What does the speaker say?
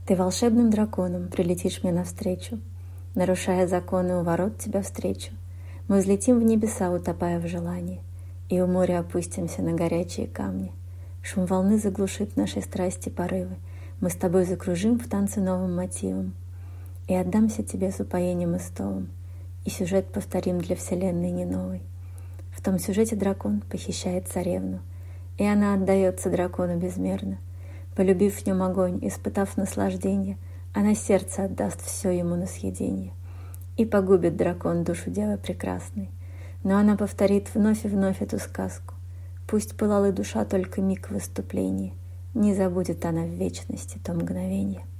Ты волшебным драконом прилетишь мне навстречу, нарушая законы, у ворот тебя встречу. Мы взлетим в небеса, утопая в желании, и у моря опустимся на горячие камни. Шум волны заглушит нашей страсти порывы, мы с тобой закружим в танце новым мотивом. И отдамся тебе с упоением истовым, и сюжет повторим для вселенной не новый. В том сюжете дракон похищает царевну, и она отдается дракону безмерно. Полюбив в нем огонь, испытав наслаждение, она сердце отдаст все ему на съеденье. И погубит дракон душу девы прекрасной, но она повторит вновь и вновь эту сказку. Пусть пылала душа только миг выступления, не забудет она в вечности то мгновение.